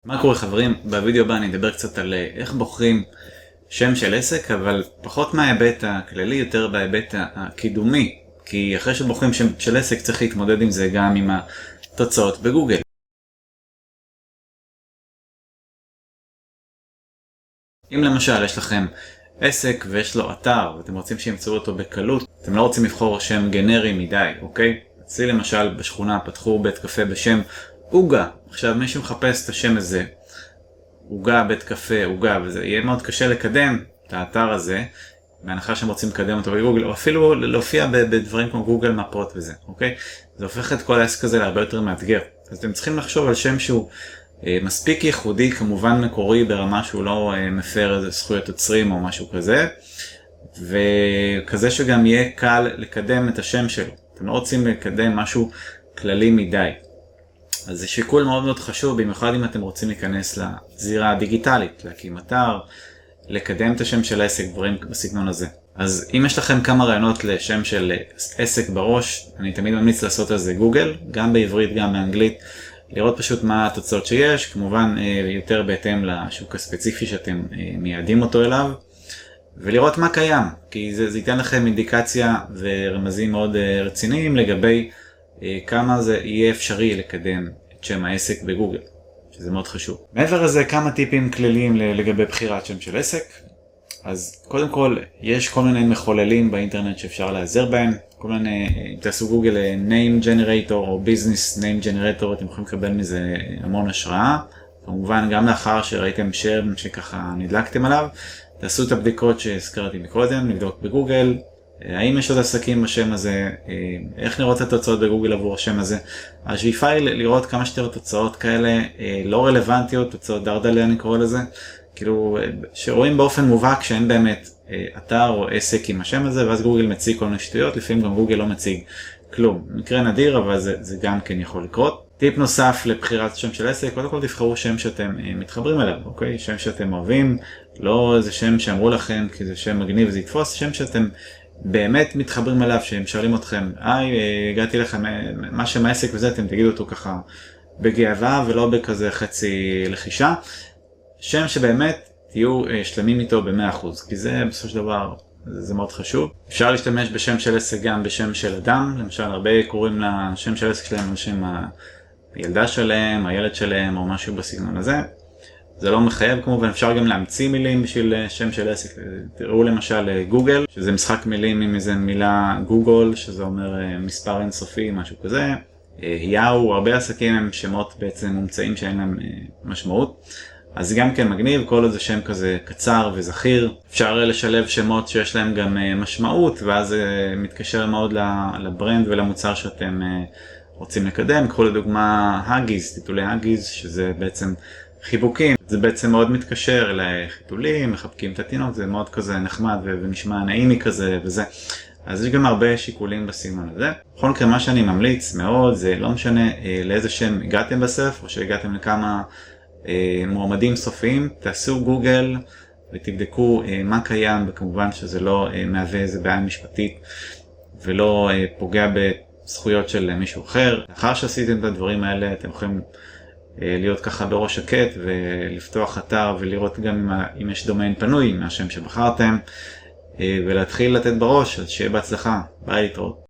מה קורה חברים? בווידאו הבא אני אדבר קצת על איך בוחרים שם של עסק, אבל פחות מההיבט הכללי, יותר בהיבט הקידומי. כי אחרי שבוחרים שם של עסק צריך להתמודד עם זה גם עם התוצאות בגוגל. אם למשל יש לכם עסק ויש לו אתר ואתם רוצים שימצאו אותו בקלות, אתם לא רוצים לבחור שם גנרי מדי, אוקיי? אצלי למשל בשכונה פתחו בית קפה בשם אוגה. עכשיו מי שמחפש את השם הזה, אוגה, בית קפה, אוגה, וזה יהיה מאוד קשה לקדם את האתר הזה, בהנחה שהם רוצים לקדם אותו בגוגל, או אפילו להופיע בדברים כמו גוגל מפות וזה, אוקיי? זה הופך את כל העסק הזה להרבה יותר מאתגר. אז אתם צריכים לחשוב על שם שהוא מספיק ייחודי, כמובן מקורי, ברמה שהוא לא מפר איזה זכויות יוצרים או משהו כזה, וכזה שגם יהיה קל לקדם את השם שלו. אתם לא רוצים לקדם משהו כללי מדי. אז זה שיקול מאוד מאוד חשוב, במיוחד אם אתם רוצים להיכנס לזירה הדיגיטלית, להקים אתר, לקדם את השם של העסק, דברים בסגנון הזה. אז אם יש לכם כמה רעיונות לשם של עסק בראש, אני תמיד ממליץ לעשות על זה גוגל, גם בעברית, גם באנגלית, לראות פשוט מה התוצאות שיש, כמובן יותר בהתאם לשוק הספציפי שאתם מייעדים אותו אליו, ולראות מה קיים, כי זה ייתן לכם אינדיקציה ורמזים מאוד רציניים לגבי כמה זה יהיה אפשרי לקדם את שם העסק בגוגל, שזה מאוד חשוב. מעבר לזה, כמה טיפים כלליים לגבי בחירת שם של עסק. אז קודם כל, יש כל מיני מחוללים באינטרנט שאפשר להיעזר בהם. כל מיני, אם תעשו גוגל name generator או business name generator, אתם יכולים לקבל מזה המון השראה. כמובן, גם לאחר שראיתם שם שככה נדלקתם עליו, תעשו את הבדיקות שהזכרתי מקודם, לבדוק בגוגל, האם יש עוד עסקים בשם הזה, איך נראות את התוצאות בגוגל עבור השם הזה. השאיפה היא לראות כמה שיותר תוצאות כאלה לא רלוונטיות, תוצאות דרדלה אני קורא לזה, כאילו שרואים באופן מובהק שאין באמת אתר או עסק עם השם הזה, ואז גוגל מציג כל מיני שטויות, לפעמים גם גוגל לא מציג כלום. מקרה נדיר, אבל זה גם כן יכול לקרות. טיפ נוסף לבחירת שם של עסק, קודם כל תבחרו שם שאתם מתחברים אליו, אוקיי? שם שאתם אוהבים, לא איזה שם שאמרו לכם כי זה שם מגניב וזה יתפוס, שם שאתם באמת מתחברים אליו, שהם שואלים אתכם, הגעתי לכם, מה שם העסק וזה, אתם תגידו אותו ככה בגאווה ולא בכזה חצי לחישה. שם שבאמת תהיו שלמים איתו ב100%, כי זה בסופו של דבר, זה מאוד חשוב. אפשר להשתמש בשם של עסק גם בשם של אדם, למשל הרבה קוראים לשם של עסק שלהם לשם הילדה שלהם, הילד שלהם או משהו בסגנון הזה. זה לא מחייב כמובן, אפשר גם להמציא מילים בשביל שם של עסק. תראו למשל גוגל, שזה משחק מילים עם איזה מילה גוגל, שזה אומר מספר אינסופי, משהו כזה. יאו, הרבה עסקים הם שמות בעצם מומצאים שאין להם משמעות. אז גם כן מגניב, כל איזה שם כזה קצר וזכיר. אפשר לשלב שמות שיש להם גם משמעות, ואז זה מתקשר מאוד לברנד ולמוצר שאתם רוצים לקדם. קחו לדוגמה הגיז, טיטולי הגיז, שזה בעצם חיבוקים. זה בעצם מאוד מתקשר לחיתולים, מחבקים את התינוק, זה מאוד כזה נחמד ונשמע נעימי כזה וזה. אז יש גם הרבה שיקולים בסגנון הזה. בכל מקרה, מה שאני ממליץ מאוד, זה לא משנה לאיזה שם הגעתם בסוף, או שהגעתם לכמה מועמדים סופיים, תעשו גוגל ותבדקו מה קיים, וכמובן שזה לא מהווה איזה בעיה משפטית ולא פוגע בזכויות של מישהו אחר. לאחר שעשיתם את הדברים האלה, אתם יכולים להיות ככה בראש שקט ולפתוח אתר ולראות גם אם יש דומיין פנוי מהשם שבחרתם ולהתחיל לתת בראש. אז שיהיה בהצלחה, ביי, להתראות.